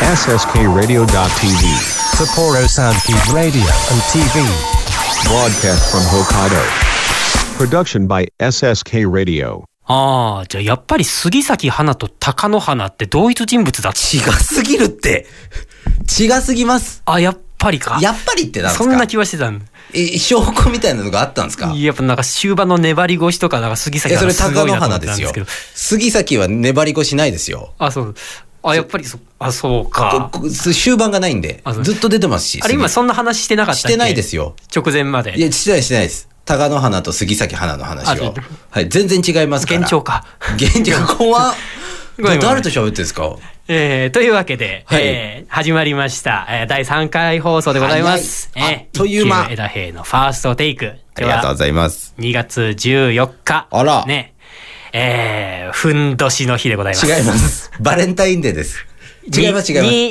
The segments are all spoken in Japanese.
SSKRadio.tv Sapporo Soundkeep Radio and TV. Broadcast from Hokkaido. Production by SSK Radio. じゃあやっぱり杉咲花と貴乃花って同一人物だ。 違すぎるって。違すぎます。 やっぱりか。 やっぱりってなんですか。 そんな気はしてたんだ。 証拠みたいなのがあったんですか。 やっぱなんか終盤の粘り腰とか、なんか杉咲花すごいなと思ってたんですけど。 杉咲は粘り腰ないですよ。 そう。やっぱりそうか。 終盤がないんで、ずっと出てますし。 今そんな話してなかったっけ。 してないですよ。 直前まで。 いや、してないです。貴乃花と杉咲花の話を。はい、全然違いますから。 幻聴か。 幻聴、怖っ。誰と喋ってんですか。 というわけで、始まりました、第3回放送でございます。 という間。 枝平のファーストテイク。 ありがとうございます。 2月14日。 あら。 ね。ふんどしの日でございます。 違います。バレンタインデーです。違います。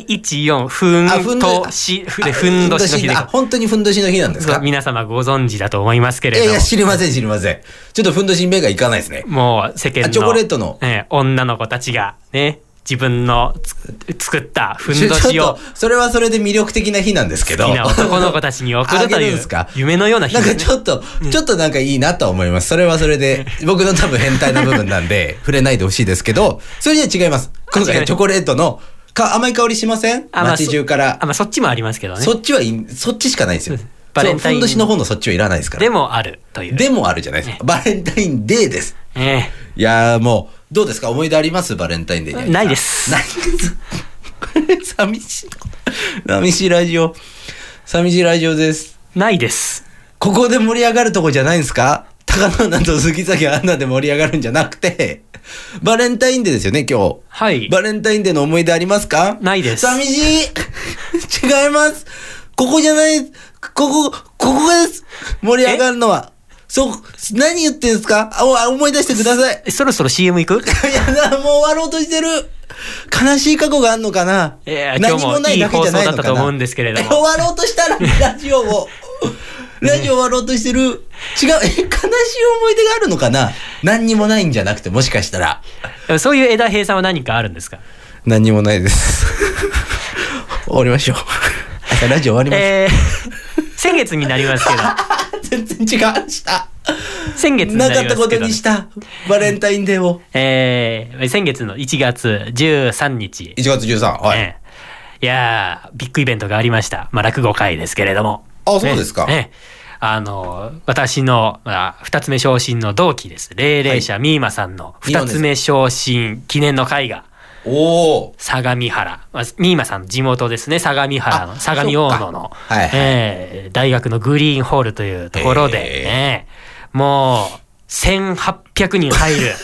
214ふんどしでふんどしの日で。 本当にふんどしの日なんですか。 皆様ご存知だと思いますけれども。 いや、知りません。ちょっとふんどしに目がいかないですね。 もう世間のチョコレートの、 女の子たちがね、自分の作ったふんどしを。 それはそれで魅力的な日なんですけど。 好きな男の子たちに送るという夢のような日ですね。 なんかちょっとなんかいいなと思います。それはそれで、僕の多分変態な部分なんで、触れないでほしいですけど、それじゃ違います。今回チョコレートの、甘い香りしません？街中から。 そっちもありますけどね。 そっちしかないですよ。バレンタイン。ふんどしの方のそっちはいらないですから。 でもあるという。 でもあるじゃないですか。バレンタインデーです。いやーもう、どうですか？思い出あります？バレンタインデーに。 ないです。 ないです。寂しいラジオです。 ないです。 ここで盛り上がるとこじゃないんですか？貴乃花と杉咲花で盛り上がるんじゃなくて、バレンタインデーですよね、今日。 はい。 バレンタインデーの思い出ありますか？ ないです。 寂しい。違います。ここじゃない。ここです。盛り上がるのは。何言ってんすか？思い出してください。 そろそろ CM 行く？ いやだ、もう終わろうとしてる。悲しい過去があんのかな？ 何もないだけじゃないのかな。いい放送だったと思うんですけれども。 終わろうとしたら、ラジオ終わろうとしてる。違う、悲しい思い出があるのかな？何にもないんじゃなくて、もしかしたら。 そういう枝平さんは何かあるんですか？ 何にもないです。終わりましょう。ラジオ終わりましょう。 先月になりますけど。 全然違うした。 先月になりますけど、 なかったことにしたバレンタインデーを。 先月の1月13日。 1月13。はい。 いやー、ビッグイベントがありました。落語会ですけれども。 そうですか。 私の、二つ目昇進の同期です。霊々社ミーマさんの二つ目昇進記念の会が。相模原。ミーマさんの地元ですね。相模原の、相模大野の、大学のグリーンホールというところで、もう、1800人入る。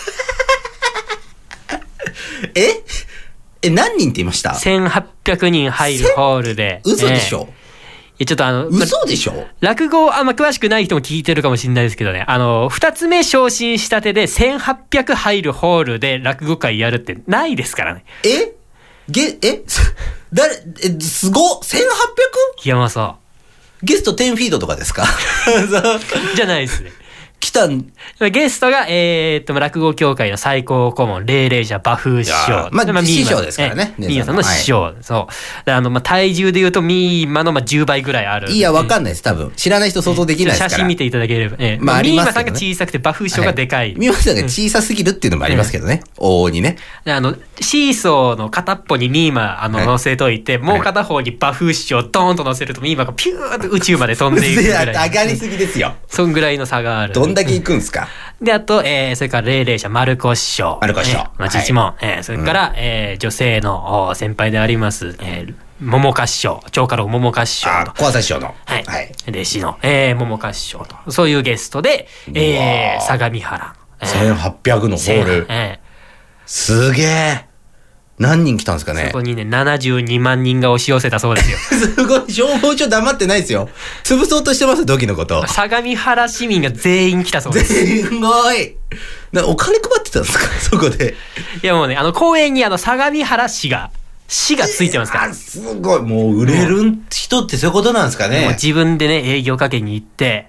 何人って言いました？ 1800 人入るホールで。 嘘でしょ？ ちょっと嘘でしょ？ 落語あんま詳しくない人も聞いてるかもしれないですけどね、二つ目昇進したてで1800入るホールで落語会やるってないですからね。 すごっ！ 1800？ いや、まあそう。 ゲスト10フィートとかですか？ じゃないですね。 来たゲストが、落語協会の最高顧問、霊々社馬風師匠。 師匠ですからね。 ミーマさんの師匠。そう。体重で言うとミーマの10倍ぐらいある。 いや、わかんないです。多分。知らない人想像できないですから。 写真見ていただければ。ミーマさんが小さくて馬風師匠がでかい。 ミーマさんが小さすぎるっていうのもありますけどね。往々にね。 シーソーの片っぽにミーマ、乗せといて、もう片方に馬風師匠をドーンと乗せるとミーマがピューッと宇宙まで飛んでいくぐらい。 いや、上がりすぎですよ。 そんぐらいの差がある。 どんだけ行くんすか？ で、あと、それから霊々社丸子師匠。父も、それから、女性の先輩であります、桃花師匠、長家老桃花師匠と。 小朝師匠の。 はい。弟子の、桃花師匠と。そういうゲストで、相模原。 1800のホール。すげえ。何人来たんですかね。 そこにね、72万人が押し寄せたそうですよ。 すごい、消防署黙ってないですよ。潰そうとしてます、時のこと。 相模原市民が全員来たそうです。 すごい。お金配ってたんですか、そこで。 いやもうね、公園に相模原市がついてますから。 すごい。もう売れる人ってそういうことなんですかね。 もう自分でね、営業かけに行って、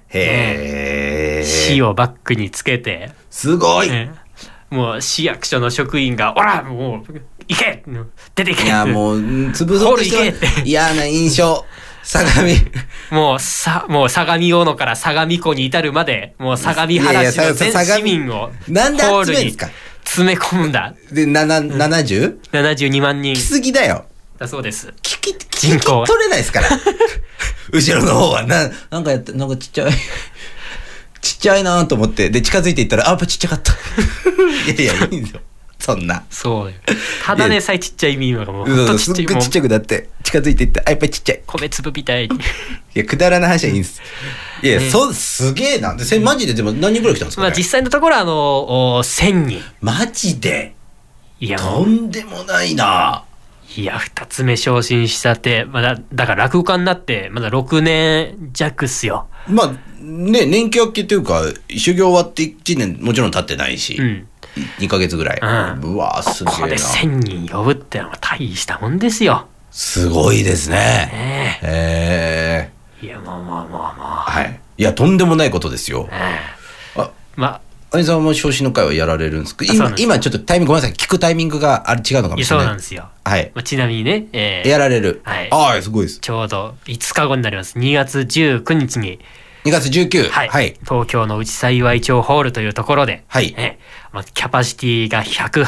市をバックにつけて。 すごい。 もう市役所の職員が、おらもう、 行け出て行けいや、もう、潰そうとしては嫌な印象。相模。 もう相模大野から相模湖に至るまで、もう相模原市の全市民をなんでホールに集めんすか詰め込んだ。 で、70? 72万人。 来すぎだよ。 だそうです。 人口取れないですから。後ろの方は、なんかちっちゃいなと思って、で、近づいていったら、やっぱちっちゃかった。いや、いいんですよ。そんな。 そうよ。ただでさえちっちゃいミームがもう、ほんとちっちゃい。 すっごいちっちゃくなって、近づいていった。やっぱりちっちゃい。 米粒みたいに。 いや、くだらない話はいいんです。いや、すげえな。で、マジででも何人ぐらい来たんですか？ 実際のところは1000人。 マジで？ いや、 とんでもないな。 いや、2つ目昇進したって、だから落語家になって、まだ6年弱っすよ。 まあ、ね、年季明けというか、修行終わって1年もちろん経ってないし、2ヶ月ぐらい。うわすげえな。 ここで1000人呼ぶってのは大したもんですよ。 すごいですね。 いや、もう。 はい。いや、とんでもないことですよ。兄さんも昇進の会はやられるんですか？今ちょっとタイミングごめんなさい。聞くタイミングが違うのかもしれない。 そうなんですよ。 はい。 ちなみにね、 やられる。 はい。 すごいです。 ちょうど5日後になります。2月19日に。 2月19。 はい。東京の内幸町ホールというところで。 はい。 キャパシティが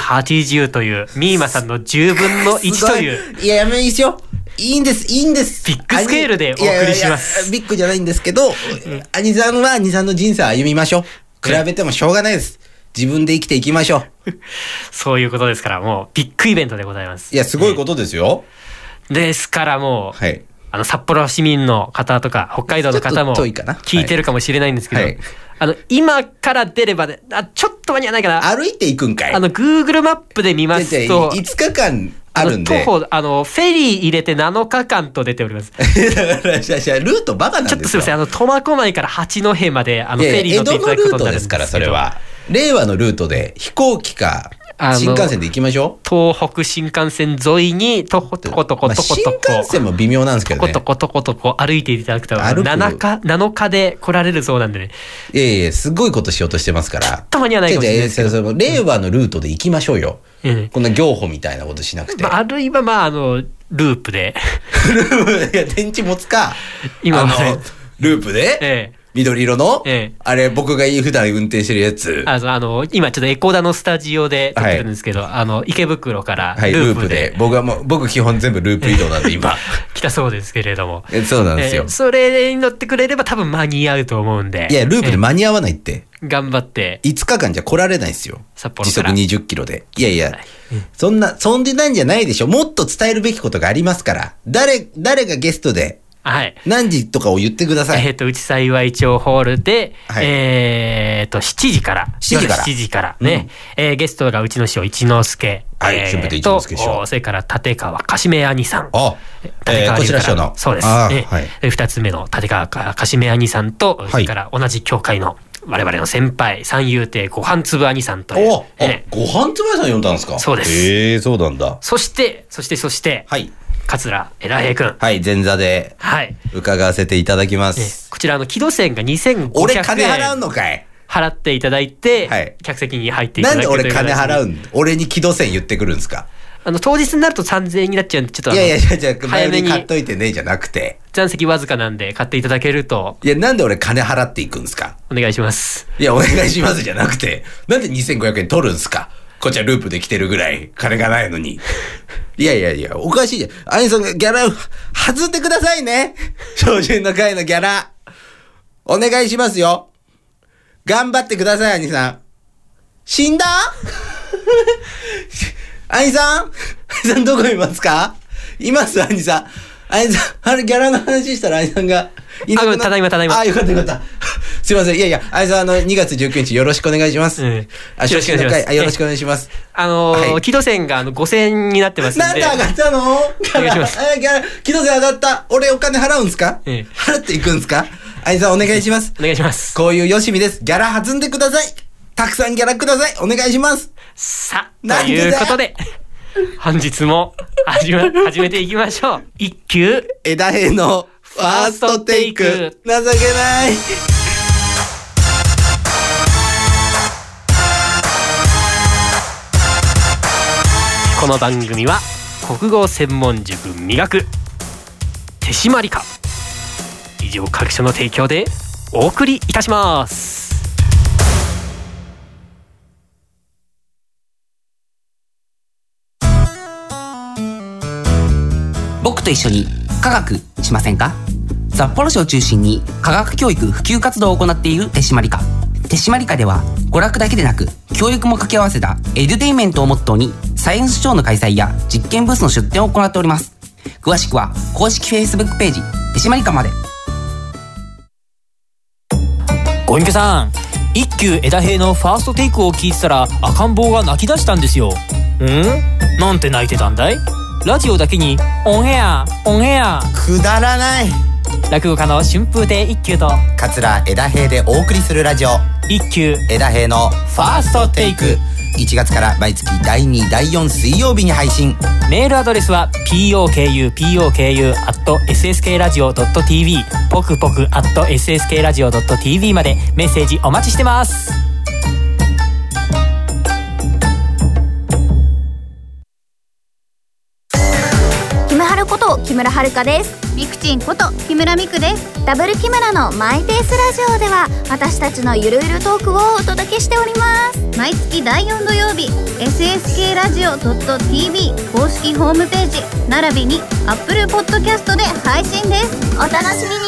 180という、ミーマさんの10分の1という。 いや、いいですよ。いいんです。 ビッグスケールでお送りします。 ビッグじゃないんですけど、兄さんは兄さんの人生を歩みましょう。比べてもしょうがないです。自分で生きていきましょう。 そういうことですから、もうビッグイベントでございます。 いや、すごいことですよ。 ですからもう、 はい。 札幌市民の方とか、北海道の方も聞いてるかもしれないんですけど、 はい、 今から出ればね、ちょっと間に合わないかな。 歩いていくんかい Google マップで見ますと、 5日間あるんで。 徒歩、フェリー入れて7日間と出ております。 だから、ルートバカなんですよ。 ちょっとすいません、苫小牧から八戸まで、フェリー乗っていただくことになるんですけど。江戸のルートですから、それは。令和のルートで飛行機か、新幹線で行きましょう。東北新幹線沿いに、とことこ。 新幹線も微妙なんですけどね。 とこと歩いていただくと、7日で来られるそうなんでね。 いや、すごいことしようとしてますから。ちょっと間に合わないかもしれないですけど。 令和のルートで行きましょうよ。こんな業法みたいなことしなくて。 あるいは、ループで。 いや、電池持つか。 今ループで緑色の、あれ、僕が普段運転してるやつ。 今ちょっとエコダのスタジオで撮ってるんですけど、池袋からループで。 僕基本全部ループ移動なんで今。 来たそうですけれども。 そうなんですよ。 それに乗ってくれれば多分間に合うと思うんで。 いや、ループで間に合わないって。 頑張って。 5日間じゃ来られないですよ。 札幌から。 時速20キロで。いや、そんなんじゃないでしょ。もっと伝えるべきことがありますから。誰がゲストで。 はい。 何時とかを言ってください。 内幸町ホールで、7時から。7時からね。ゲストがうちの師匠一之輔。 はい、春風亭一之輔師匠。 それから立川かしめ兄さん。 こちら師匠の。 そうです。2つ目の立川かしめ兄さんと、それから同じ教会の我々の先輩、三遊亭ご飯粒兄さんという。 ご飯粒兄さん呼んだんですか？ そうです。 そうなんだ。 そして、 はい。 桂偉平君。 はい、前座で。 はい。 伺わせていただきます。 こちら木戸線が2500円。 俺金払うのかい？ 払っていただいて、客席に入っていただくという。 なんで俺金払うん？俺に木戸線言ってくるんですか？ 当日になると3000円になっちゃうんで、ちょっといや、早めに買っといてね、じゃなくて。 残席わずかなんで買っていただけると。 いや、なんで俺金払っていくんですか？ お願いします。 いや、お願いしますじゃなくて、なんで2500円取るんですか？こっちはループで来てるぐらい金がないのに。いや、おかしいじゃん。兄さんがギャラ外ってくださいね。昇進の会のギャラ。お願いしますよ。頑張ってください、兄さん。死んだ兄さんどこいますか？います、兄さん。兄さん、あれギャラの話したら兄さんがいなくなった。 ただいま。 よかった。すいません。いや、兄さん2月19日よろしくお願いします。 よろしくお願いします。 よろしくお願いします。 木戸線が5000になってますんで。 なんで上がったの？ お願いします。 木戸線上がった。俺お金払うんすか？払っていくんすか？兄さんお願いします。 お願いします。 こういうよしみです。ギャラ弾んでください。たくさんギャラください。お願いします。 さあ、ということで、本日も始めていきましょう。一級枝平のファーストテイク。情けない。 聞この番組は国語専門塾磨く手締まりか以上各所の提供でお送りいたします。 僕と一緒に科学しませんか？札幌市を中心に科学教育普及活動を行っている手締まり課。手締まり課では娯楽だけでなく教育も掛け合わせたエデュテインメントをモットーにサイエンスショーの開催や実験ブースの出展を行っております。詳しくは公式 Facebook ページ手締まり課まで。 ご隠居さん、一休枝平のファーストテイクを聞いてたら赤ん坊が泣き出したんですよ。なんて泣いてたんだい？ラジオだけにオンエアくだらない。 落語家の春風亭一休と桂枝平でお送りするラジオ一休枝平のファーストテイク、1月から毎月第2第4水曜日に配信。 メールアドレスは poku@sskradio.tv ポクポク@sskradio.tv までメッセージお待ちしてます。 キムハルこと木村遥です。 ミクチンこと木村ミクです。 ダブル木村のマイペースラジオでは私たちのゆるゆるトークをお届けしております。 毎月第4土曜日 sskradio.tv 公式ホームページ並びに Apple Podcast で配信です。 お楽しみ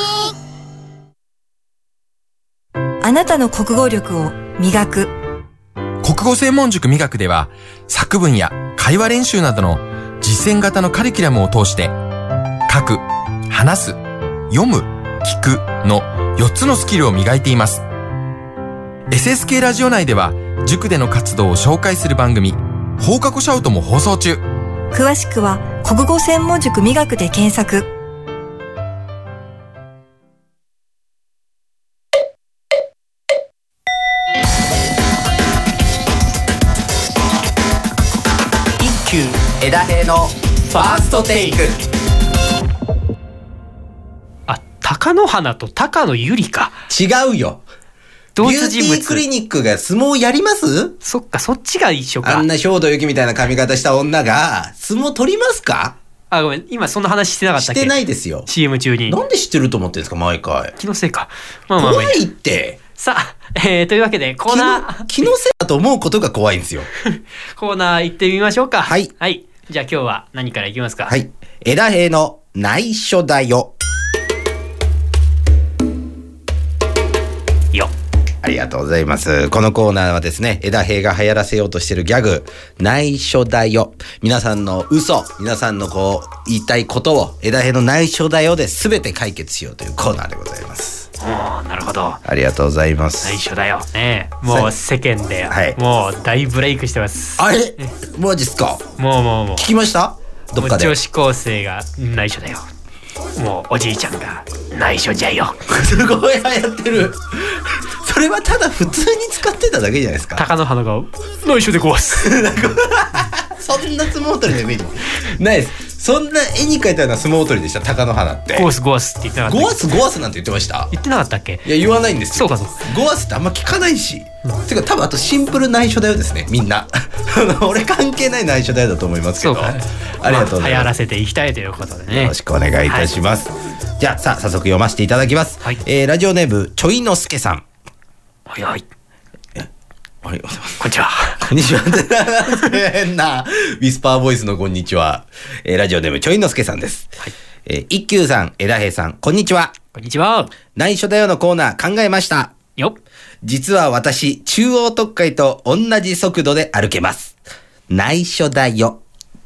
に。あなたの国語力を磨く国語専門塾磨くでは作文や会話練習などの実践型のカリキュラムを通して書く、話す、読む、聞くの4つのスキルを磨いています。SSK ラジオ内では塾での活動を紹介する番組放課後シャウトも放送中。 詳しくは国語専門塾磨くで検索。 一休枝平のファーストテイク。 貴乃花と高野由里か。 違うよ。 同一人物。 ビューティークリニックが相撲やります？ そっか、そっちが一緒か。 あんな兵藤由紀みたいな髪型した女が相撲取りますか？ あ、ごめん、今そんな話してなかったっけ？ してないですよ。 CM 中に。 なんで知ってると思ってんですか毎回。 気のせいか。 怖いって。 さあ、というわけでコーナー気のせいだと思うことが怖いんですよ。 コーナー行ってみましょうか。 はい。 はい。じゃあ今日は何からいきますか？ はい。枝平の内緒だよ。ありがとうございます。このコーナーはですね、枝平が流行らせようとしているギャグ、内緒だよ。皆さんの嘘、皆さんの言いたいことを枝平の内緒だよで全て解決しようというコーナーでございます。 なるほど。 ありがとうございます。 内緒だよ。ね、もう世間で、はい、もう大ブレイクしてます。 あれマジっすか？ もう。 聞きました？どっかで。 女子高生が内緒だよ。もうおじいちゃんが内緒じゃよ。 すごい流行ってる。それはただ普通に使ってただけじゃないですか。 貴乃花が内緒でごわす。 そんな相撲取りのイメージないです。そんな絵に描いたような相撲取りでした貴乃花って。 ゴワスゴワスって言ってなかった。 ゴワスなんて言ってました？ 言ってなかったっけ？ いや言わないんですよ。 そうか。 ゴワスってあんま聞かないし、てか多分あとシンプル内緒だよですねみんな。俺関係ない内緒だよだと思いますけど。そうか。ありがとうございます。 流行らせていきたいということでね。 よろしくお願いいたします。はい、じゃあ早速読ませていただきます。はい、ラジオネームちょいのすけさん。 はい。 こんにちは。 こんにちは。変なウィスパーボイスのこんにちは。ラジオネームちょいのすけさんです。はい。一休さん、枝平さん、こんにちは。 こんにちは。 内緒だよのコーナー考えました。 よっ。 実は私、中央特会と同じ速度で歩けます。内緒だよ。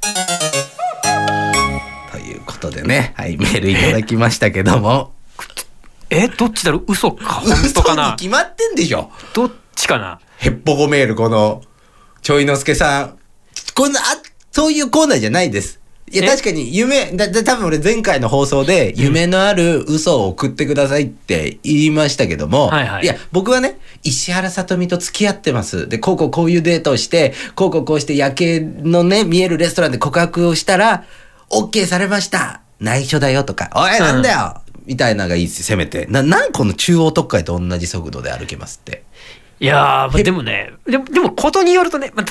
ということでね、はい、メールいただきましたけども。 どっちだろう？嘘か本当かな？ 嘘に決まってんでしょ。 どっちかな？ へっぽこメール、このちょいのすけさん、そういうコーナーじゃないです。いや確かに多分俺前回の放送で夢のある嘘を送ってくださいって言いましたけども、いや僕はね石原さとみと付き合ってます。でこういうデートをしてこうして夜景のね見えるレストランで告白をしたら OK されました。内緒だよとか、おいなんだよ、みたいなのがいいですよ。せめてなんこの中央特会と同じ速度で歩けますって。 いやーでもねでもことによるとね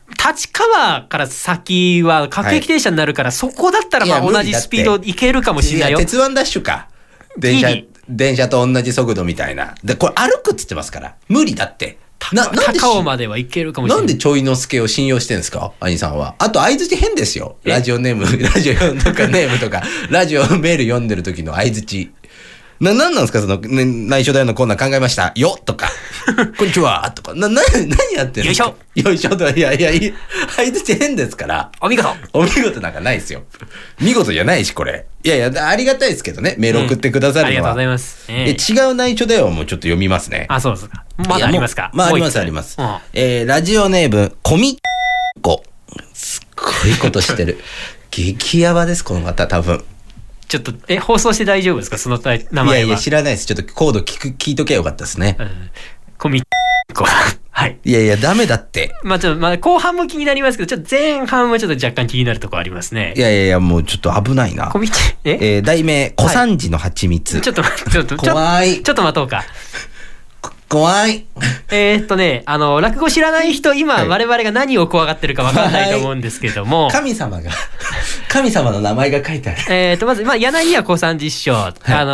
立川から先は各駅停車になるから、そこだったらまあ同じスピードいけるかもしれないよ。 鉄腕ダッシュか。電車と同じ速度みたいな。で、これ歩くって言ってますから。無理だって。 高尾まではいけるかもしれない。 なんでちょいのすけを信用してんですか兄さんは。あと、相づち変ですよ。ラジオネーム、ラジオとかネームとか、ラジオメール読んでる時の相づち。なんなんですかその、内緒だよのコーナー考えましたよとか、こんにちはとか、何やってるよいしょよいしょとか、いや、相づち変ですから。 お見事お見事なんかないですよ。見事じゃないし、これ。いやいや、ありがたいですけどね。メール送ってくださるのは。 ありがとうございます。 違う内緒だよもうちょっと読みますね。 あ、そうですか。まだありますか。 まあ、あります、あります。ラジオネーム、コミッコ。すっごいことしてる。激ヤバです、この方、多分。 ちょっと、放送して大丈夫ですかその名前は。 いやいや、知らないです。ちょっとコード聞いとけばよかったですね。 コミッコ。はい。 いやいや、ダメだって。 まあちょっと、後半も気になりますけど、ちょっと前半はちょっと若干気になるところありますね。 いやいやいや、もうちょっと危ないな。 コミッ題名、小三治の蜂蜜。 ちょっと待って、 怖い。 ちょっと待とうか。 怖い。 落語知らない人、今、我々が何を怖がってるか分からないと思うんですけども。 神様の名前が書いてある。 まず、柳家小三治師匠。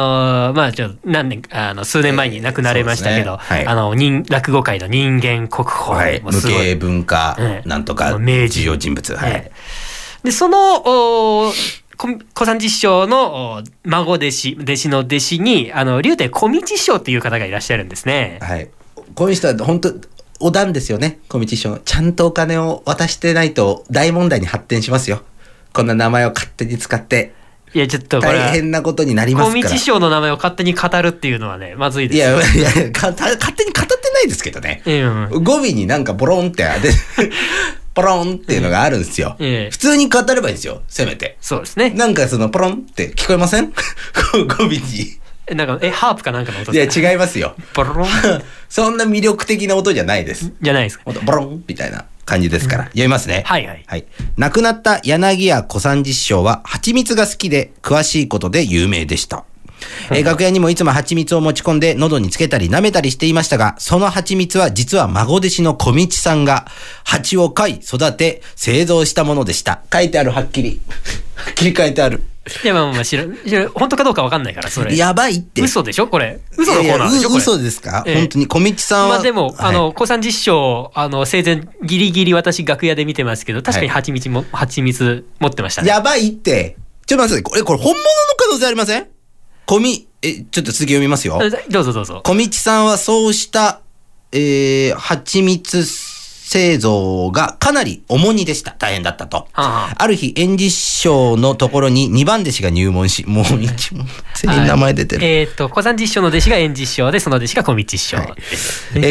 数年前に亡くなれましたけど、落語界の人間国宝。 無形文化、なんとか、重要人物。 で、その、小三治師匠の孫弟子の弟子に、竜亭小道師匠っていう方がいらっしゃるんですね。 はい。こういう人は本当お段ですよね、小道師匠。ちゃんとお金を渡してないと大問題に発展しますよ。こんな名前を勝手に使って。 いや、ちょっとこれ。 大変なことになりますから。 小道師匠の名前を勝手に語るっていうのはね、まずいですよ。 いや、勝手に語ってないですけどね。語尾になんかボロンってポロンっていうのがあるんですよ。普通に語ればいいんですよ、せめて。 そうですね。 なんかそのポロンって聞こえません語尾に。 なんか、ハープかなんかの音ですか？いや、違いますよ。 ポロンそんな魅力的な音じゃないです。 じゃないですか。 ボロンみたいな感じですから。読みますね。 はいはい。 はい。亡くなった柳家小三治師匠は、蜂蜜が好きで、詳しいことで有名でした。楽屋にもいつも蜂蜜を持ち込んで喉につけたり舐めたりしていましたが、その蜂蜜は実は孫弟子の小道さんが蜂を飼い育て製造したものでした。書いてある、はっきり書いてある。 いや、まあ知ら本当かどうかわかんないから、それ。 やばいって。 嘘でしょこれ。嘘のコーナーでしょこれ。 嘘ですか、本当に小道さんは。 まあでも、小三治師匠、生前ギリギリ私楽屋で見てますけど、確かに蜂蜜持ってましたね。 やばいって。ちょっと待ってください。これ本物の可能性ありません？ちょっと続き読みますよ。 どうぞどうぞ。 小道さんはそうした、蜂蜜製造がかなり重荷でした。大変だったと。ある日、園児師匠のところに2番弟子が入門し、もう一問、全員名前出てる。 小三治師匠の弟子が園児師匠で、その弟子が小道師匠です。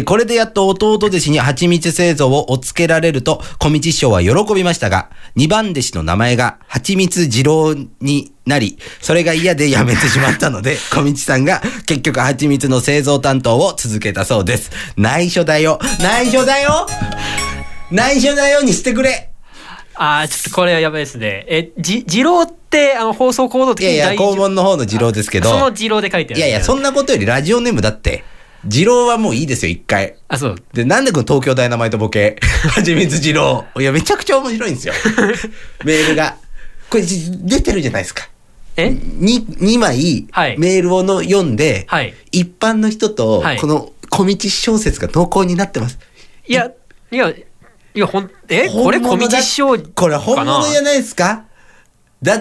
これでやっと弟弟子に蜂蜜製造をおつけられると、小道師匠は喜びましたが、2番弟子の名前が蜂蜜二郎になり、それが嫌で辞めてしまったので、小道さんが結局蜂蜜の製造担当を続けたそうです。内緒だよにしてくれ。 ちょっとこれはやばいですね。二郎って放送コード的にいやいや、肛門の方の二郎ですけど。 その二郎で書いてある。 いやいや、そんなことよりラジオネームだって。二郎はもういいですよ、一回。 そう。 で、なんでこの東京ダイナマイトボケ、はちみつ二郎。いや、めちゃくちゃ面白いんですよ。メールが。これ、出てるじゃないですか。2枚、メールを読んで、一般の人と、この小道小説が同行になってます。 いや、これ小道師匠これ本物じゃないですか？だって、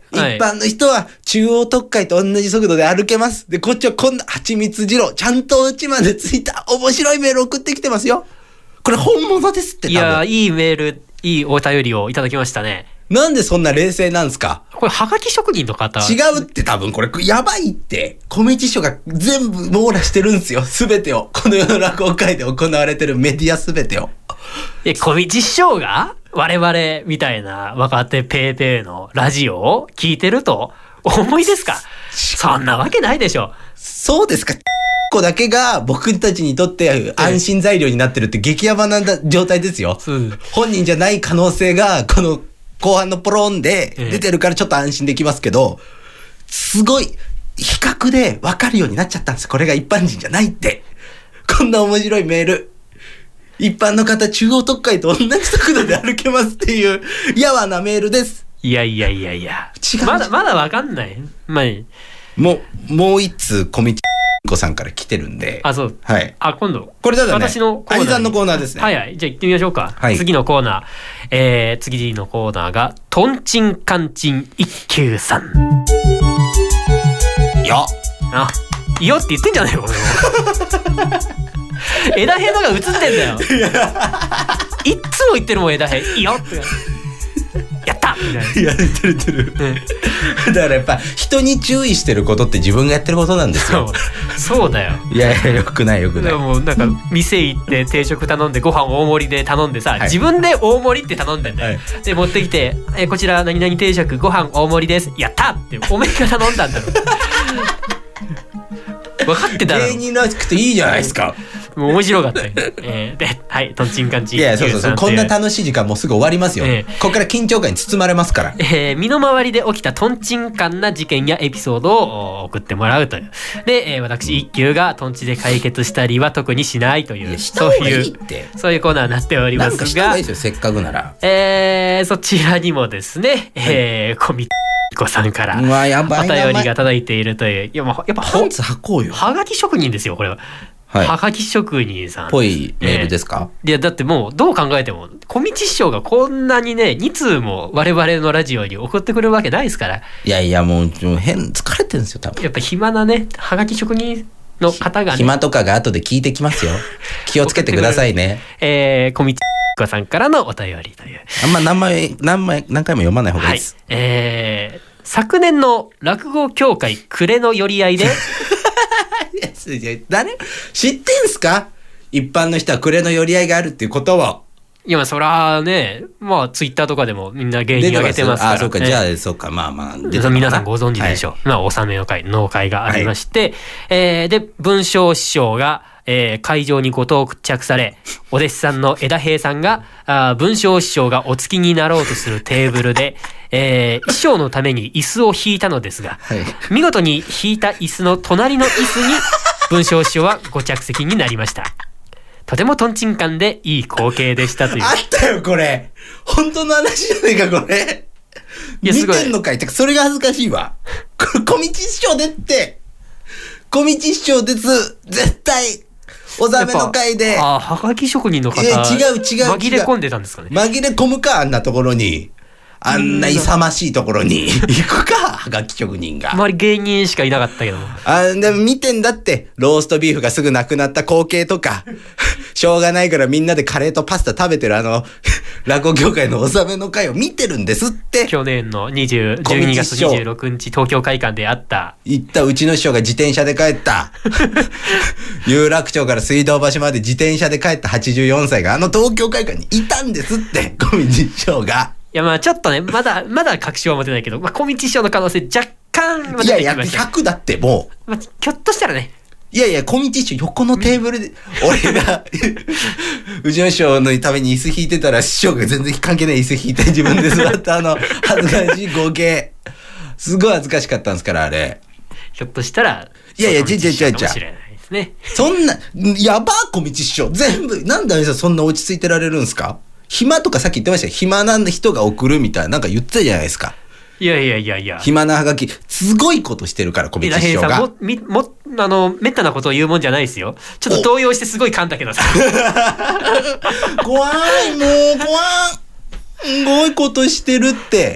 一般の人は中央特快と同じ速度で歩けます。で、こっちはこんな蜂蜜二郎、ちゃんとうちまでついた面白いメール送ってきてますよ。これ本物ですって多分。 いや、いいメール、いいお便りをいただきましたね。 なんでそんな冷静なんですか？ これ、はがき職人の方。 違うって多分これ、やばいって。小道師匠が全部網羅してるんですよ。すべてを。この世の落語界で行われてるメディアすべてを。 小道師匠が我々みたいな若手ペーペーのラジオを聞いてると思いですか？そんなわけないでしょ。 そうですか。子だけが僕たちにとって安心材料になってるって激ヤバな状態ですよ。本人じゃない可能性がこの後半のポロンで出てるからちょっと安心できますけど、すごい比較で分かるようになっちゃったんです。これが一般人じゃないって。こんな面白いメール。 一般の方、中央特快と同じ速度で歩けますっていう、やわなメールです。 いや。まだわかんない。 もう一通、小道子さんから来てるんで。 あ、そう。 はい。 今度。 これだね。 私のコーナー。 兄さんのコーナーですね。 はい。じゃあ行ってみましょうか。 はい。 次のコーナー。次のコーナーが、トンチンカンチン一休さん。 よいよって言ってんじゃないよ、俺も。枝へのが映ってんだよ。いっつも言ってるもん、枝へ。いいよって。やったみたいな。 やってる。だからやっぱ人に注意してることって自分がやってることなんですよ。 そうだよ。 いやよくない。 でもなんか店行って定食頼んでご飯大盛りで頼んでさ、自分で大盛りって頼んでんだよ。で持ってきてこちら何々定食ご飯大盛りです。やったっておめえが頼んだんだろ。分かってたら芸人らしくていいじゃないですか。 もう面白かったよ。で、はい、トンチンカンチン。 いや、そう。こんな楽しい時間もうすぐ終わりますよ。ここから緊張感に包まれますから。 身の回りで起きたトンチンカンな事件やエピソードを送ってもらうという。で、私、一休がトンチで解決したりは特にしないという、そういうコーナーになっておりますが。 なんかした方がいいですよ、せっかくなら。 そちらにもですね、小道子さんからお便りが届いているという。いや、やっぱパンツ履こうよ。 はがき職人ですよ、これは。はがき職人さん。 ぽいメールですか？ いや、だってもう、どう考えても、小道師匠がこんなにね、2通も我々のラジオに送ってくれるわけないですから。 いや、もう疲れてるんですよ、多分。 やっぱ暇なね、はがき職人の方がね。 暇とかが後で聞いてきますよ。気をつけてくださいね。 小道子さんからのお便りという。 あんま何回も読まない方がいいです。 昨年の落語協会暮れの寄り合いで、 誰知ってんすか？一般の人は暮れの寄り合いがあるっていうことを。 いや、そらね、まあツイッターとかでもみんな芸人上げてますから。 そうか、じゃあそうか、まあ皆さんご存知でしょう。まあ納めの会、納会がありまして、で文章師匠が会場にご到着され、お弟子さんの枝平さんが文章師匠がお付きになろうとするテーブルで、師匠のために椅子を引いたのですが、見事に引いた椅子の隣の椅子に文章師匠はご着席になりました。とてもトンチンカンでいい光景でしたという。 あったよ、これ。本当の話じゃねえか、これ。いや、見てんのかいって、それが恥ずかしいわ。小道師匠でって。小道師匠です。絶対。おざめの会で。 はがき職人の方。 違う。 紛れ込んでたんですかね。 紛れ込むか、あんなところに。あんな勇ましいところに行くか、はがき職人が。 あまり芸人しかいなかったけど。 でも見てんだって、ローストビーフがすぐなくなった光景とか、しょうがないからみんなでカレーとパスタ食べてる落語協会の納めの会を見てるんですって。 去年の12月26日東京会館であった。 行ったうちの師匠が自転車で帰った。有楽町から水道橋まで自転車で帰った84歳が東京会館にいたんですって、小道師匠が。 いや、まあちょっとね、まだ確証は持てないけど、まあ小道師匠の可能性若干出てきました。いや、100だってもう。まあ、ひょっとしたらね。 いや、小道師匠横のテーブルで、俺が、うちの師匠のために椅子引いてたら、師匠が全然関係ない椅子引いて自分で座った恥ずかしい光景。すごい恥ずかしかったんですから、あれ。 ひょっとしたら、 いや、違う。 かもしれないですね。 そんな、やば小道師匠。全部、なんであれさ、そんな落ち着いてられるんですか？暇とかさっき言ってましたよ。暇な人が送るみたいな、なんか言ってたじゃないですか。 いや。 暇なハガキ、すごいことしてるから、小道師匠が。 めったなことを言うもんじゃないですよ。ちょっと動揺してすごい噛んだけどさ。 怖い。すごいことしてるって。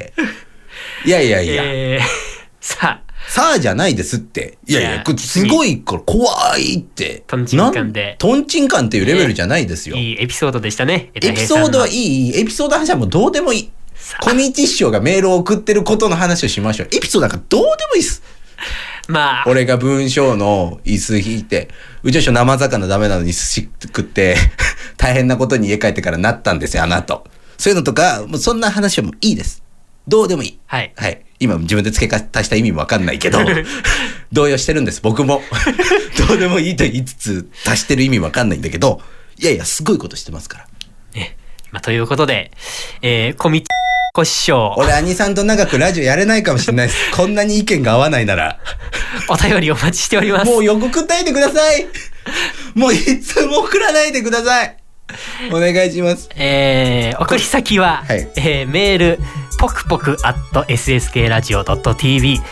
いや。さあじゃないですって。いや、すごいから怖いって。 トンチンカンで。 トンチンカンっていうレベルじゃないですよ。 いいエピソードでしたね。 エピソードはいい。エピソードの話はもうどうでもいい。小道師匠がメールを送ってることの話をしましょう。エピソードなんかどうでもいいです。 まあ。 俺が文章の椅子引いて、うちの師匠生魚ダメなのに寿司食って、大変なことに家帰ってからなったんですよ、あの後。そういうのとか、もうそんな話はもういいです。どうでもいい。 はい。 今自分で付け足した意味もわかんないけど、動揺してるんです、僕も。どうでもいいと言いつつ、足してる意味わかんないんだけど、いや、すごいことしてますから。 ね。まあ、ということで、小道師匠。 俺、兄さんと長くラジオやれないかもしれないです。こんなに意見が合わないなら。 お便りお待ちしております。 もう予告答えてください。もういつも送らないでください。 お願いします。 送り先は、はい、メールポクポク@sskradio.tv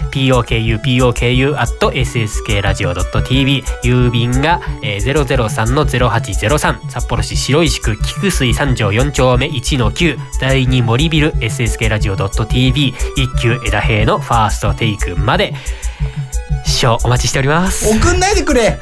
pokupoku@sskradio.tv 郵便が、003-0803 札幌市白石区菊水3条4丁目 1-9 第2森ビル sskradio.tv 一級枝平のファーストテイクまで師匠お待ちしております。 送んないでくれ。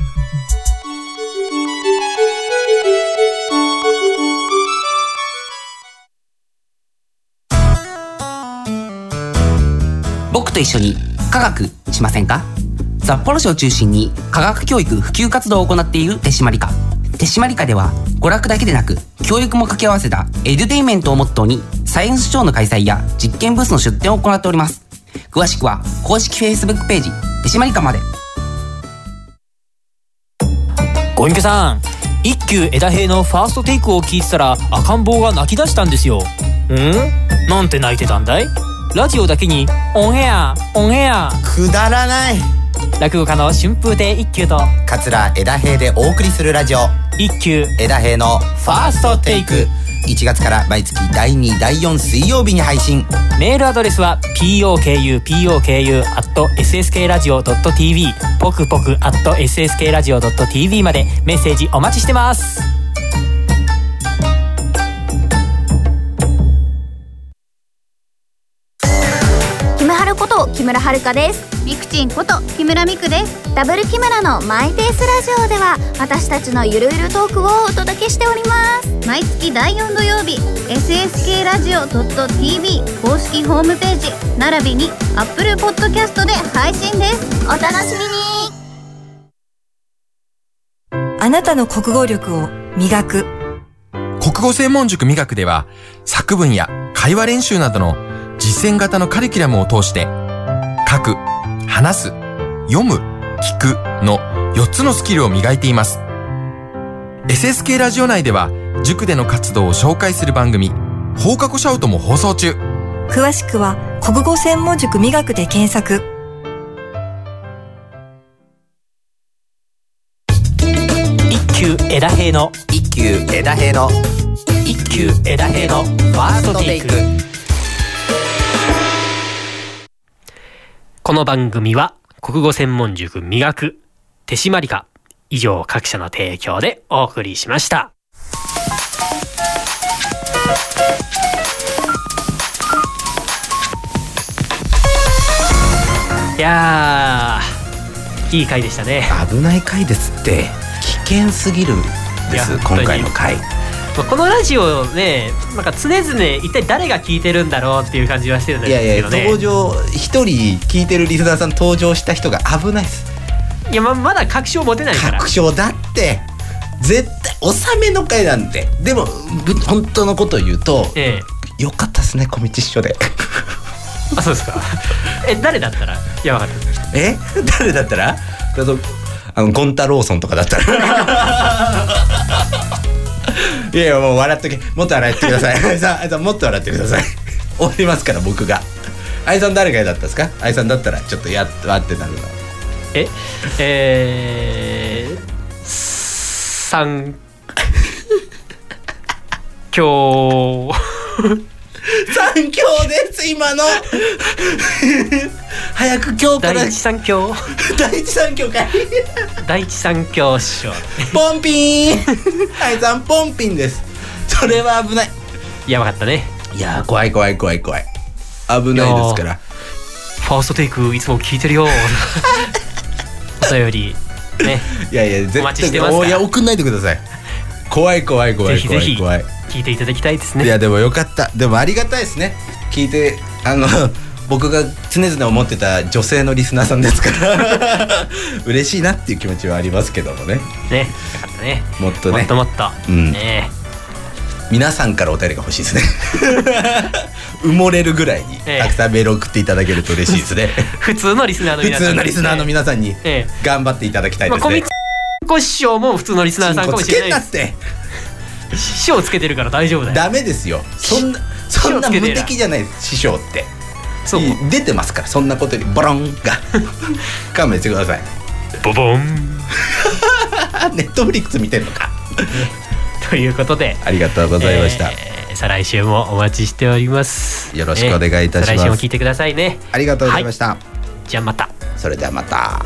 僕と一緒に科学しませんか？札幌市を中心に科学教育普及活動を行っている手締まり課。手締まり課では娯楽だけでなく教育も掛け合わせたエデュテイメントをモットーにサイエンスショーの開催や実験ブースの出展を行っております。詳しくは公式 Facebook ページ手締まり課まで。 ご隠居さん、一休枝平のファーストテイクを聞いてたら赤ん坊が泣き出したんですよ。なんて泣いてたんだい？ラジオだけにオンエアくだらない。 落語家の春風亭一休と桂枝平でお送りするラジオ一休枝平のファーストテイク、1月から毎月第2第4水曜日に配信。 メールアドレスは pokupoku@sskradio.tv ポクポク@sskradio.tv までメッセージお待ちしてます。 キムハルこと木村遥です。 ミクチンこと木村ミクです。 ダブル木村のマイペースラジオでは私たちのゆるゆるトークをお届けしております。 毎月第4土曜日 sskradio.tv 公式ホームページ並びに Apple Podcast で配信です。 お楽しみに。 あなたの国語力を磨く国語専門塾磨くでは作文や会話練習などの実践型のカリキュラムを通して書く、話す、読む、聞くの4つのスキルを磨いています。SSK ラジオ内では塾での活動を紹介する番組放課後シャウトも放送中。 詳しくは国語専門塾磨くで検索。 一休枝平のファーストテイク。 この番組は国語専門塾磨く手締まり課以上各社の提供でお送りしました。いやーいい回でしたね。 危ない回ですって。危険すぎるです今回の回。 このラジオね、なんか常々一体誰が聞いてるんだろうっていう感じはしてるんですけどね。 登場一人聞いてるリスナーさん登場した人が危ないです。 いや まだ確証持てないから。 確証だって絶対納めの回なんて。でも本当のことを言うと、よかったですね小道師匠で。 あ、そうですか。誰だったらやばかったです。 誰だったらゴンタローソンとかだったらいやもう笑っとけ。もっと笑ってください。あいさんもっと笑ってください。終わりますから僕が。あいさん誰がだったんですか？あいさんだったらちょっとやってなるの。 三強三強です今の。早く今日から第一三強かい。第一三強師匠ポンピーン。あいさんポンピンです。それは危ない。 やばかったね。 いや怖い危ないですから。 ファーストテイクいつも聞いてるよ。お便りね。 いや絶対お待ちしてますから。いや送んないでください。怖いぜひぜひ聞いていただきたいですね。いやでもよかった。でもありがたいですね。聞いて僕が常々思ってた女性のリスナーさんですから嬉しいなっていう気持ちはありますけどもね。よかったね。 もっとね。 もっと。ね。 皆さんからお便りが欲しいですね。埋もれるぐらいにたくさんメール送っていただけると嬉しいですね。 普通のリスナーの皆さんに頑張っていただきたいですね。 小師匠も普通のリスナーさんかもしれないです。師匠つけてるから大丈夫だよ。 ダメですよ。そんな無敵じゃないです。師匠って出てますから。そんなことにボロンが勘弁してください。 ボボン。 ネットフリックス見てんのか。 ということでありがとうございました。 再来週もお待ちしております。 よろしくお願いいたします。 再来週も聞いてくださいね。 ありがとうございました。 じゃあまた。 それではまた。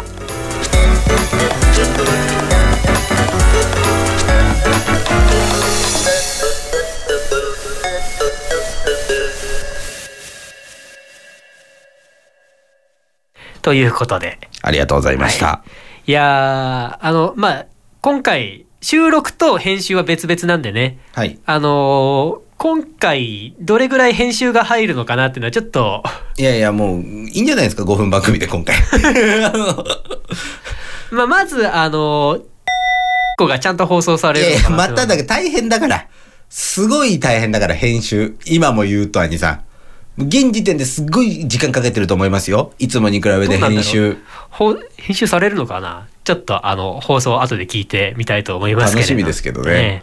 ということでありがとうございました。 いや今回収録と編集は別々なんでね、 はい、 今回どれぐらい編集が入るのかなっていうのはちょっといやもういいんじゃないですか、5分番組で今回まず子がちゃんと放送されるのかな。 まただけ大変だから、すごい大変だから編集。今も言うと兄さん、現時点ですごい時間かけてると思いますよ。いつもに比べて編集編集されるのかな。ちょっと放送後で聞いてみたいと思いますけれど。 楽しみですけどね、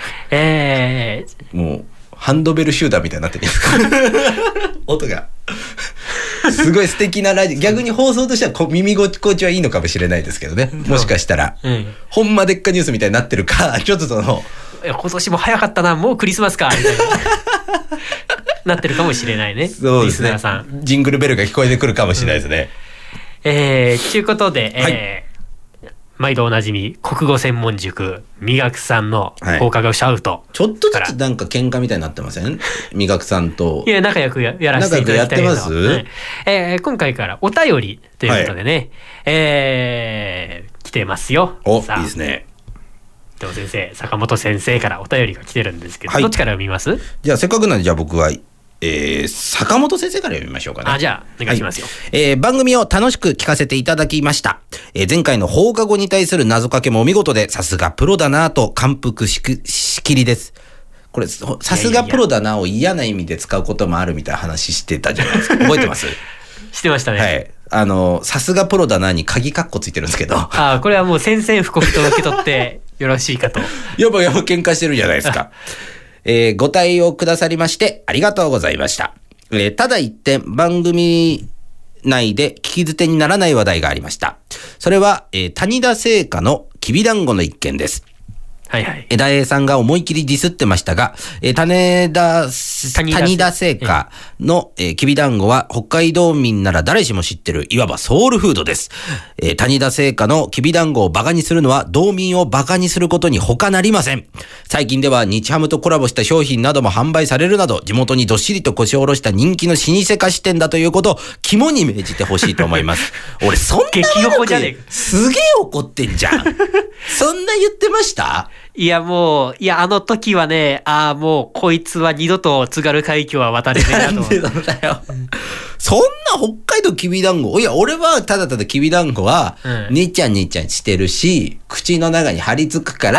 もうハンドベル集団みたいになってる音がすごい素敵なラジオ。逆に放送としては耳心地はいいのかもしれないですけどね、もしかしたら、ほんまでっかニュースみたいになってるか、ちょっと今年も早かったな、もうクリスマスかみたいななってるかもしれないね。 そうですね、リスナーさんジングルベルが聞こえてくるかもしれないですね。 ということで、毎度おなじみ国語専門塾味覚さんの放課後シャウト、 ちょっとずつなんか喧嘩みたいになってません？味覚さんと。 いや、仲良く やらせていただきたいけど。仲良くやってます？今回からお便りということでね、来てますよ。 いいですね。 伊藤先生、坂本先生からお便りが来てるんですけど、どっちから読みます？ じゃあせっかくなんで、じゃあ僕は坂本先生から読みましょうかね。 じゃあお願いしますよ。 番組を楽しく聞かせていただきました。前回の放課後に対する謎かけもお見事で、さすがプロだなぁと感服しきりです。これさすがプロだなを嫌な意味で使うこともあるみたいな話してたじゃないですか。覚えてます？ してましたね。 はい。さすがプロだなに鍵カッコついてるんですけど。 これはもう宣戦布告と受け取ってよろしいかと。 やっぱ喧嘩してるじゃないですか。ご対応くださりましてありがとうございました。ただ一点、番組内で聞き捨てにならない話題がありました。それは、谷田製菓のきびだんごの一件です。 はいはい。 枝江さんが思い切りディスってましたが、谷田製菓の、きびだんごは北海道民なら誰しも知ってる、いわばソウルフードです。谷田製菓のきびだんごをバカにするのは道民をバカにすることに他なりません。最近では日ハムとコラボした商品なども販売されるなど、地元にどっしりと腰を下ろした人気の老舗菓子店だということを肝に銘じてほしいと思います。俺そんな激横じゃねえか。 すげえ怒ってんじゃん。そんな言ってました？ いやあの時はね、もうこいつは二度と津軽海峡は渡れねえなと。なんでなんだよ。 そんな北海道きびだんご、いや俺はただただきびだんごは、ねちゃんねちゃんしてるし、口の中に張り付くから、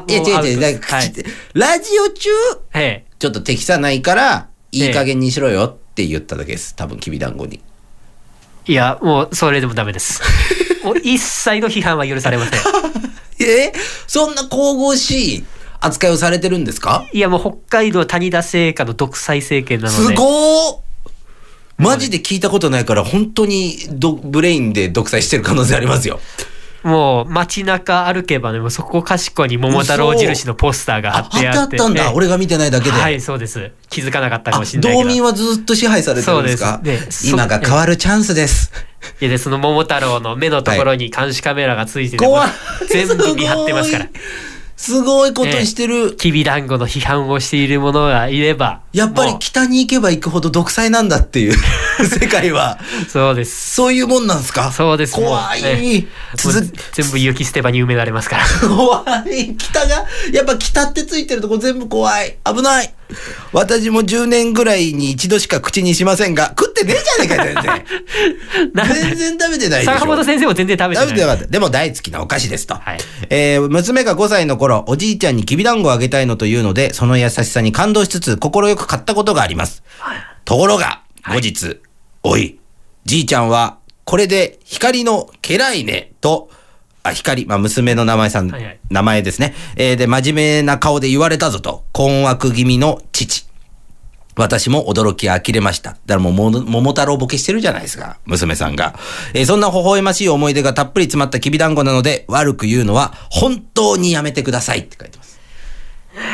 違う、ラジオ中、ちょっと適さないから、いい加減にしろよって言っただけです。多分きびだんごに。 いや、もうそれでもダメです。もう一切の批判は許されません。 そんな神々しい扱いをされてるんですか？ いや、もう北海道谷田製菓の独裁政権なので。 すごー！マジで聞いたことないから、本当にブレインで独裁してる可能性ありますよ。 もう街中歩けばね、もうそこかしこに桃太郎印のポスターが貼ってあって。 貼ってあったんだ、俺が見てないだけで。 はい、そうです。気づかなかったかもしれないけど。 道民はずっと支配されてるんですか？そうです。今が変わるチャンスです。 いやで、その桃太郎の目のところに監視カメラがついてて、全部見張ってますから。 すごいことしてる。 きびだんごの批判をしている者がいれば、 やっぱり北に行けば行くほど独裁なんだっていう世界は。 そうです。 そういうもんなんですか？ そうです。 怖い。 全部雪捨て場に埋められますから。 怖い。北が、やっぱ北ってついてるとこ全部怖い。危ない。私も10年ぐらいに一度しか口にしませんが、食ってねえじゃねえかよ、全然食べてないでしょ。 坂本先生も全然食べてない。 食べてなかった。でも大好きなお菓子ですと。娘が5歳の頃、おじいちゃんにきびだんごをあげたいのというので、その優しさに感動しつつ、心よく買ったことがあります。ところが、後日、おい、じいちゃんは、これで光の家来ね、と、光、娘の名前ですね。で、真面目な顔で言われたぞと、困惑気味の父。私も驚き呆れました。だからもう桃太郎ボケしてるじゃないですか、娘さんが。そんな微笑ましい思い出がたっぷり詰まったきびだんごなので、悪く言うのは本当にやめてくださいって書いてます。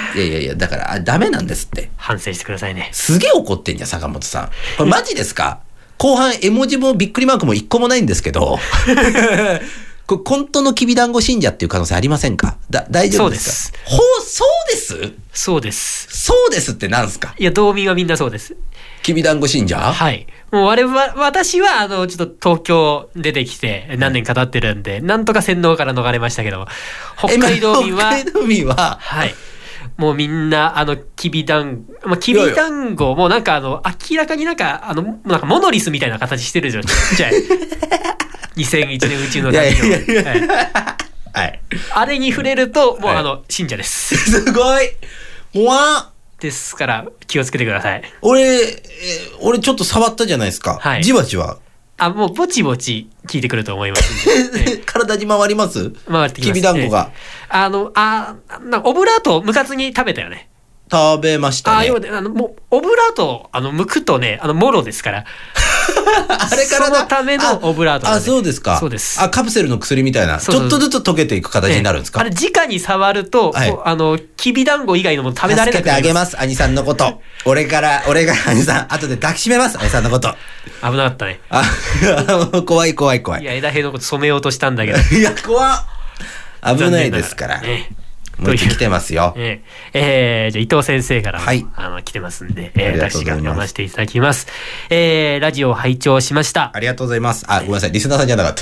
いや、だからダメなんですって。 反省してくださいね。 すげえ怒ってんじゃん、坂本さん。これマジですか？後半絵文字もびっくりマークも一個もないんですけど、これ本当のきびだんご信者っていう可能性ありませんか？大丈夫ですか？そうです？ そうです。 そうですってなんすか？ いや、道民はみんなそうです。 きびだんご信者？ はい。もう私はちょっと東京出てきて何年か経ってるんで、なんとか洗脳から逃れましたけども、北海道民は、はい。もうみんな、きびだんご、もうなんか明らかになんかモノリスみたいな形してるじゃん。ちっちゃい。2001年宇宙の旅の。はい。あれに触れると、もう信者です。 すごい。怖っ。 ですから、気をつけてください。 俺ちょっと触ったじゃないですか。はい。じわじわ。 もうぼちぼち効いてくると思いますんで。 体に回ります？ 回ってきます。 きびだんごが。 オブラートをむかつに食べたよね。 食べましたね。 もうオブラート剥くとね、もろですから。あれからそのためのオブラート、ね。 そうですか。 そうです。 カプセルの薬みたいな。ちょっとずつ溶けていく形になるんですか？ あれ、直に触ると、きびだんご以外のもの食べられなくなります。 助けてあげます、兄さんのこと。俺が兄さん、後で抱きしめます、兄さんのこと。 危なかったね。 怖い。 いや、枝平のこと染めようとしたんだけど。 いや、怖っ。危ないですから。もう一来てますよ。 じゃあ伊藤先生からも、来てますんで、私が読ませていただきます。ラジオを拝聴しました。 ありがとうございます。ごめんなさい、リスナーさんじゃなかった。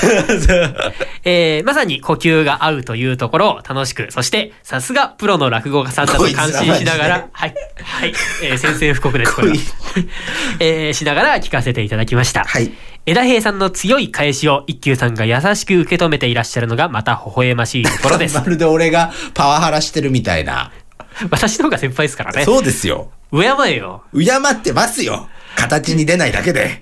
まさに呼吸が合うというところを楽しく、そしてさすがプロの落語家さんだと感心しながら、宣戦布告です、これは。しながら聞かせていただきました。はい。枝平さんの強い返しを一休さんが優しく受け止めていらっしゃるのがまた微笑ましいところです。 まるで俺がパワハラしてるみたいな。 私の方が先輩ですからね。 そうですよ。 敬えよ。 敬ってますよ。形に出ないだけで。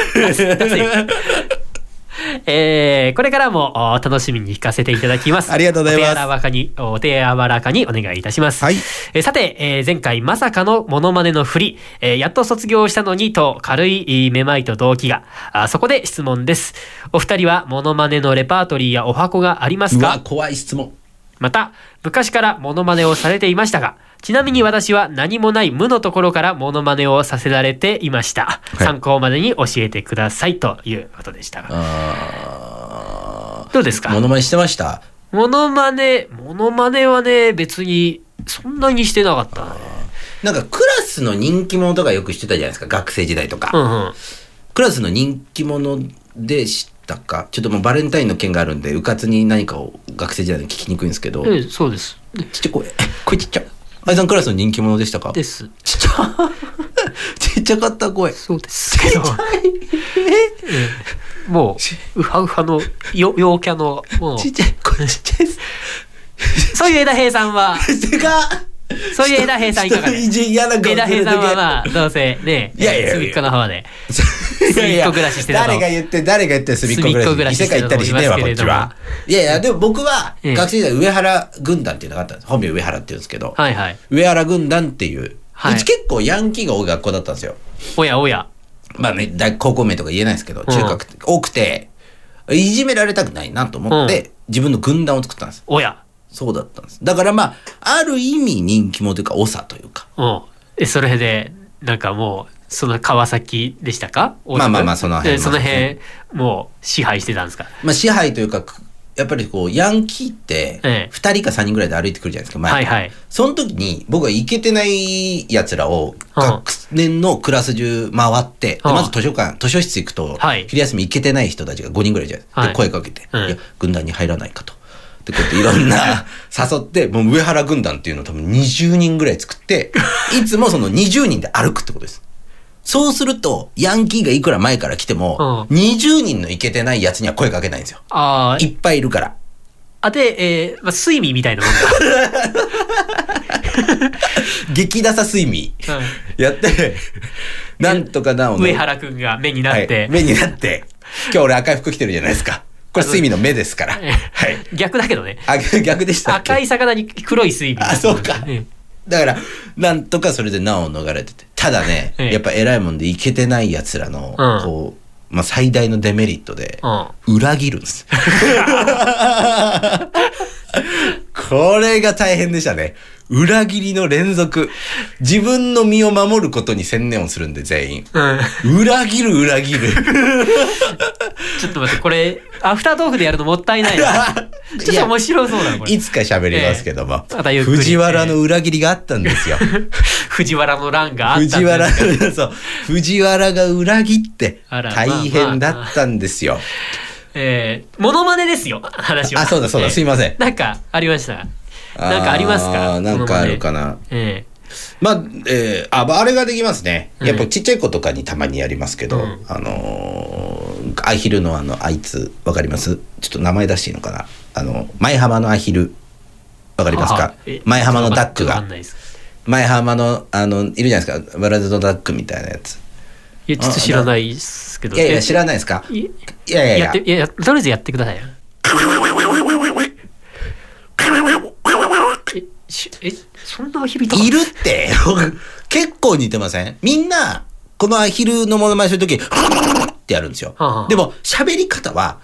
これからも楽しみに聞かせていただきます。 ありがとうございます。 お手柔らかにお願いいたします。はい。さて、前回まさかのモノマネの振り、やっと卒業したのにと軽いめまいと動機が、そこで質問です。お二人はモノマネのレパートリーやお箱がありますか？ うわ、怖い質問。 また、昔からモノマネをされていましたが、ちなみに私は何もない無のところからモノマネをさせられていました。はい、参考までに教えてくださいということでした。どうですか？ モノマネしてました？ モノマネはね、別にそんなにしてなかったね。 なんかクラスの人気者とかよくしてたじゃないですか、学生時代とか。クラスの人気者でしたか？ちょっともうバレンタインの件があるんで、うかつに何かを学生時代に聞きにくいんですけど。 そうです。 ちっちゃい声ちっちゃい。あいさんクラスの人気者でしたか？ です。 ちっちゃかった声。 そうですけど。もう、ウハウハの、陽キャの、もう。 ちっちゃいです。 そういう枝平さんは、そういう枝平さんいかがですか？枝平さんはまあ、どうせね、隅っこの方で、隅っこ暮らししてたと。 誰が言って隅っこ暮らし。異世界行ったりしねえわ、こっちは。いや、でも僕は、学生時代上原軍団っていうのがあったんです。本名上原って言うんですけど、上原軍団っていう、うち結構ヤンキーが多い学校だったんですよ。 おや。 まあね、高校名とか言えないですけど、中学多くて、いじめられたくないなと思って、自分の軍団を作ったんです。そうだったんです。だからまあ、ある意味人気者というか、長というか。 それで、なんかもう、その川崎でしたか？ まあ、その辺。 その辺、もう支配してたんですか？ まあ支配というか、やっぱりこう、ヤンキーって、2人か3人ぐらいで歩いてくるじゃないですか、前から。その時に、僕はイケてない奴らを、学年のクラス中回って、まず図書室行くと、昼休みイケてない人たちが5人ぐらいじゃないですか。で、声かけて、いや、軍団に入らないかと。で、こうやっていろんな誘って、もう上原軍団っていうのを多分20人ぐらい作って、いつもその20人で歩くってことです。そうすると、ヤンキーがいくら前から来ても、20人のイケてないやつには声かけないんですよ。いっぱいいるから。 で、睡眠みたいなもんだ。激ダサ睡眠。やって、なんとかなおの。 上原くんが目になって。 目になって。今日俺赤い服着てるじゃないですか。これ睡眠の目ですから。 逆だけどね。 逆でしたっけ？ 赤い魚に黒い睡眠。 そうか。だから、なんとかそれで難を逃れてて。ただね、やっぱ偉いもんでイケてない奴らの、こう、まあ、最大のデメリットで、裏切るんです。これが大変でしたね。 裏切りの連続。自分の身を守ることに専念をするんで、全員。裏切る。 ちょっと待って、これ、アフタートークでやるのもったいないな。ちょっと面白そうだな、これ。 いつか喋りますけども。 またゆっくり藤原の裏切りがあったんですよ。 藤原の乱があったんですよ。 藤原が裏切って、大変だったんですよ。 モノマネですよ、話は。 あ、そうだ、すいません。 なんかありました。なんかありますか？ なんかあるかな。まあ、あれができますね。やっぱちっちゃい子とかにたまにやりますけど、アヒルのあいつ、わかります？ちょっと名前出していいのかな？前浜のアヒル、わかりますか？前浜のダックが。前浜の、いるじゃないですか。ワラドダックみたいなやつ。 いや、ちょっと知らないですけど。 いや、知らないですか？いや。 とりあえずやってくださいよ。そんなアヒルいたか？ いるって結構似てません？みんなこのアヒルのモノマネするときってやるんですよ。でも喋り方は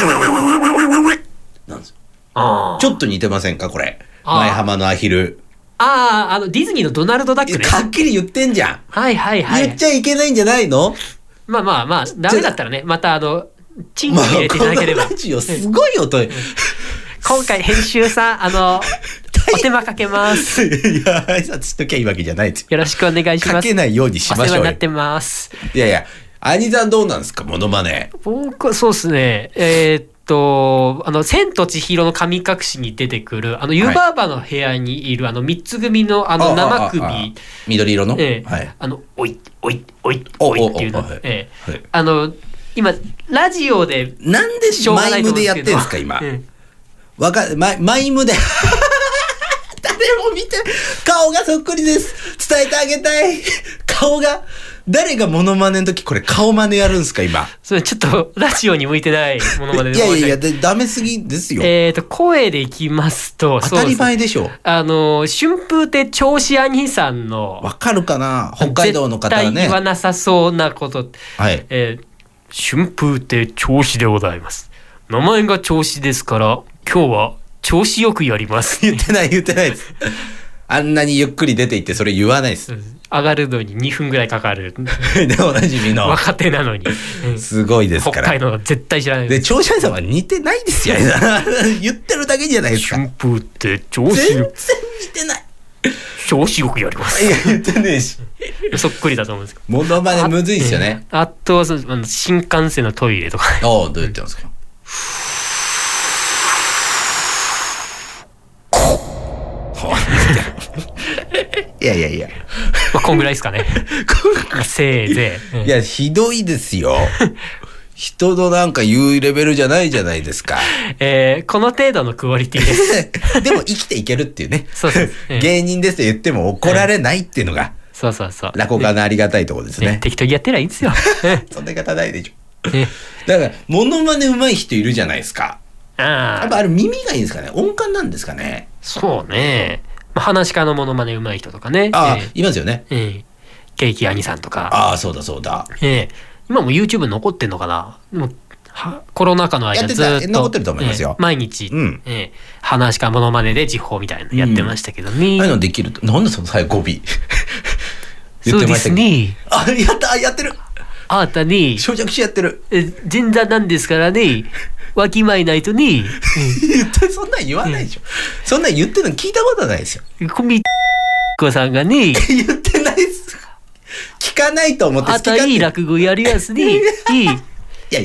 なんですよ。ちょっと似てませんかこれ？前浜のアヒル。 ディズニーのドナルドダックね。 はっきり言ってんじゃん。 はい。 言っちゃいけないんじゃないの？ まあダメだったらね、またチンコ入れていただければ。 このラジオすごい音。 今回編集さんお手間かけます。 いや、挨拶しときゃいいわけじゃないですよ。 よろしくお願いします。 かけないようにしましょうよ。 お世話になってます。 いや、兄さんどうなんですか、モノマネ。 僕、そうですね。千と千尋の神隠しに出てくる、湯婆婆の部屋にいる、三つ組の、生首。 緑色のおいっていうの。今、ラジオで、 なんでマイムでやってんですか、今。マイムで。誰も見て、顔がそっくりです。伝えてあげたい。顔が、誰がモノマネの時これ顔真似やるんですか、今。 それちょっとラジオに向いてないモノマネで。 いや、ダメすぎですよ。 声でいきますと、 当たり前でしょ。 春風亭長子兄さんの。 わかるかな、北海道の方はね。 絶対言わなさそうなこと。 はい。 春風亭長子でございます。名前が長子ですから、今日は調子よくやります。 言ってないです。あんなにゆっくり出ていってそれ言わないです。 上がるのに2分ぐらいかかる。 でおなじみの。 若手なのに。 すごいですから。 北海道の絶対知らないです。で、長子さんは似てないですよ。言ってるだけじゃないですか。 春風亭長子。 全然似てない。 調子よくやります。 いや、言ってねえし。 そっくりだと思うんですけど。 モノマネむずいっすよね。 あとは新幹線のトイレとか。 どうやってますか？いや。 こんぐらいですかね。せいぜい。いや、ひどいですよ。人のなんか言うレベルじゃないじゃないですか。 この程度のクオリティです。 でも生きていけるっていうね。 そうです。 芸人ですと言っても怒られないっていうのが。 そう。 落語家のありがたいところですね。 適当にやってりゃいいんですよ。 そんな言い方ないでしょ。だから、モノマネ上手い人いるじゃないですか。やっぱ耳がいいんですかね。音感なんですかね。 そうね。話し家のモノマネ上手い人とかね。 いますよね。 ケーキ兄さんとか。 そうだ。 今も YouTube 残ってんのかな。でもコロナ禍の間ずっと残ってると思いますよ。 毎日、話し家モノマネで時報みたいなのやってましたけどね。 ああいうのできると。なんでその最後語尾。 そうですね。 やってる。 あなたね。 小弱視やってる。 前座なんですからね。わきまえないとね。 そんなん言わないでしょ。そんなん言ってるの聞いたことないですよ。 コミコさんがね。 言ってないです。聞かないと思って好きかって。いい落語やりやすね。 いや。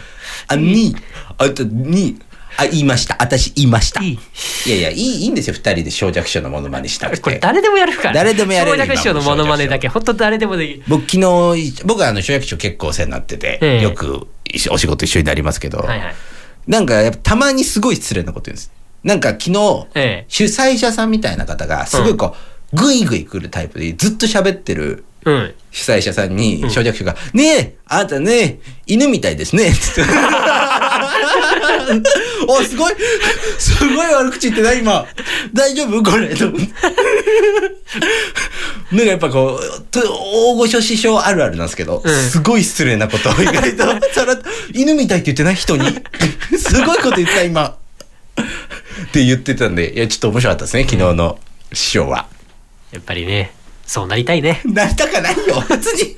言いました。私言いました。いや、いいんですよ。二人で小弱師匠のモノマネしたくて。 これ誰でもやるから。 誰でもやれる。 小弱師匠のモノマネだけ、本当誰でもできる。 僕は小弱師匠結構お世話になってて、よくお仕事一緒になりますけど、なんかやっぱたまにすごい失礼なこと言うんです。なんか昨日、主催者さんみたいな方がすごいグイグイ来るタイプでずっと喋ってる主催者さんに小弱師匠が、ねえ、あなたね、犬みたいですね。すごい悪口言ってない今。大丈夫これ。なんかやっぱ大御所師匠あるあるなんですけど、すごい失礼なことを意外と犬みたいって言ってない人にすごいこと言ってた今って言ってたんで、いやちょっと面白かったですね、昨日の師匠は。 やっぱりね、そうなりたいね。 なりたかないよ、別に。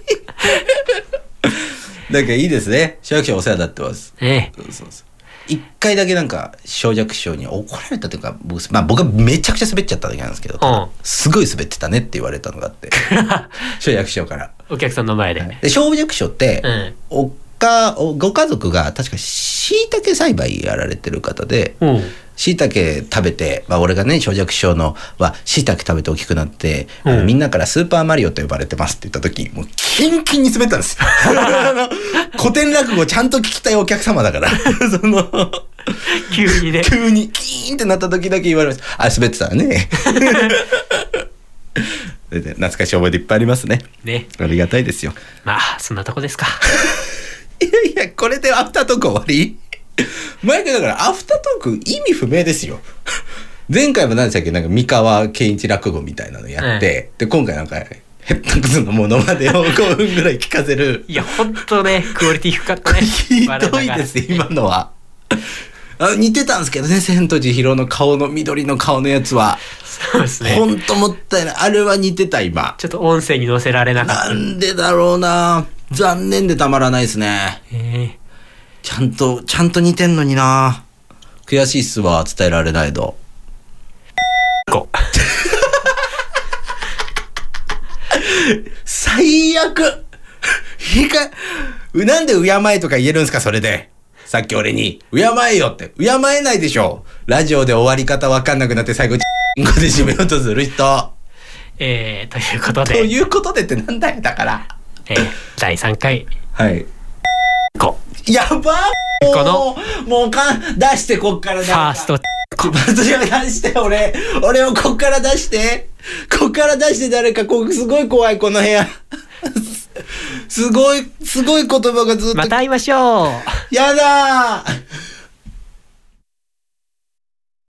なんかいいですね。小学生お世話になってます。そう一回だけなんか、小弱師匠に怒られたというか、僕はめちゃくちゃ滑っちゃっただけなんですけど、すごい滑ってたねって言われたのがあって、小弱師匠から。 お客さんの前で。 で小弱師匠って、ご家族が確か椎茸栽培やられてる方で、椎茸食べて、俺がね、小弱師匠のは椎茸食べて大きくなって、みんなからスーパーマリオと呼ばれてますって言った時、もうキンキンに滑ったんですよ。古典落語ちゃんと聞きたいお客様だから。 急にね。 急にキーンってなった時だけ言われました。滑ってたらね。懐かしい思い出いっぱいありますね。 ね。 ありがたいですよ。 まあ、そんなとこですか。 いや、これでアフタートーク終わり？毎回だからアフタートーク意味不明ですよ。前回も何でしたっけ、なんか三河健一落語みたいなのやって、で今回なんかヘッタクスのものまでを5分ぐらい聞かせる。 いやほんとね、クオリティ低かったね。 ひどいです今のは。似てたんですけどね、千と千尋の顔の緑の顔のやつは。 そうですね。 ほんともったいない。あれは似てた今。 ちょっと音声に載せられなかった。 なんでだろうな。残念でたまらないですね。ちゃんと似てんのにな。悔しいっすわ、伝えられないと。最悪。なんで敬えとか言えるんすか、それで。さっき俺に敬えよって。敬えないでしょ。ラジオで終わり方わかんなくなって最後で締めようとする人。 ということで。 ということでってなんだよ、だから。 第3回。 はい。やばーこのもう出してこっからファースト出して俺をこっから出して誰かすごい怖いこの部屋すごい言葉がずっとまた会いましょうやだー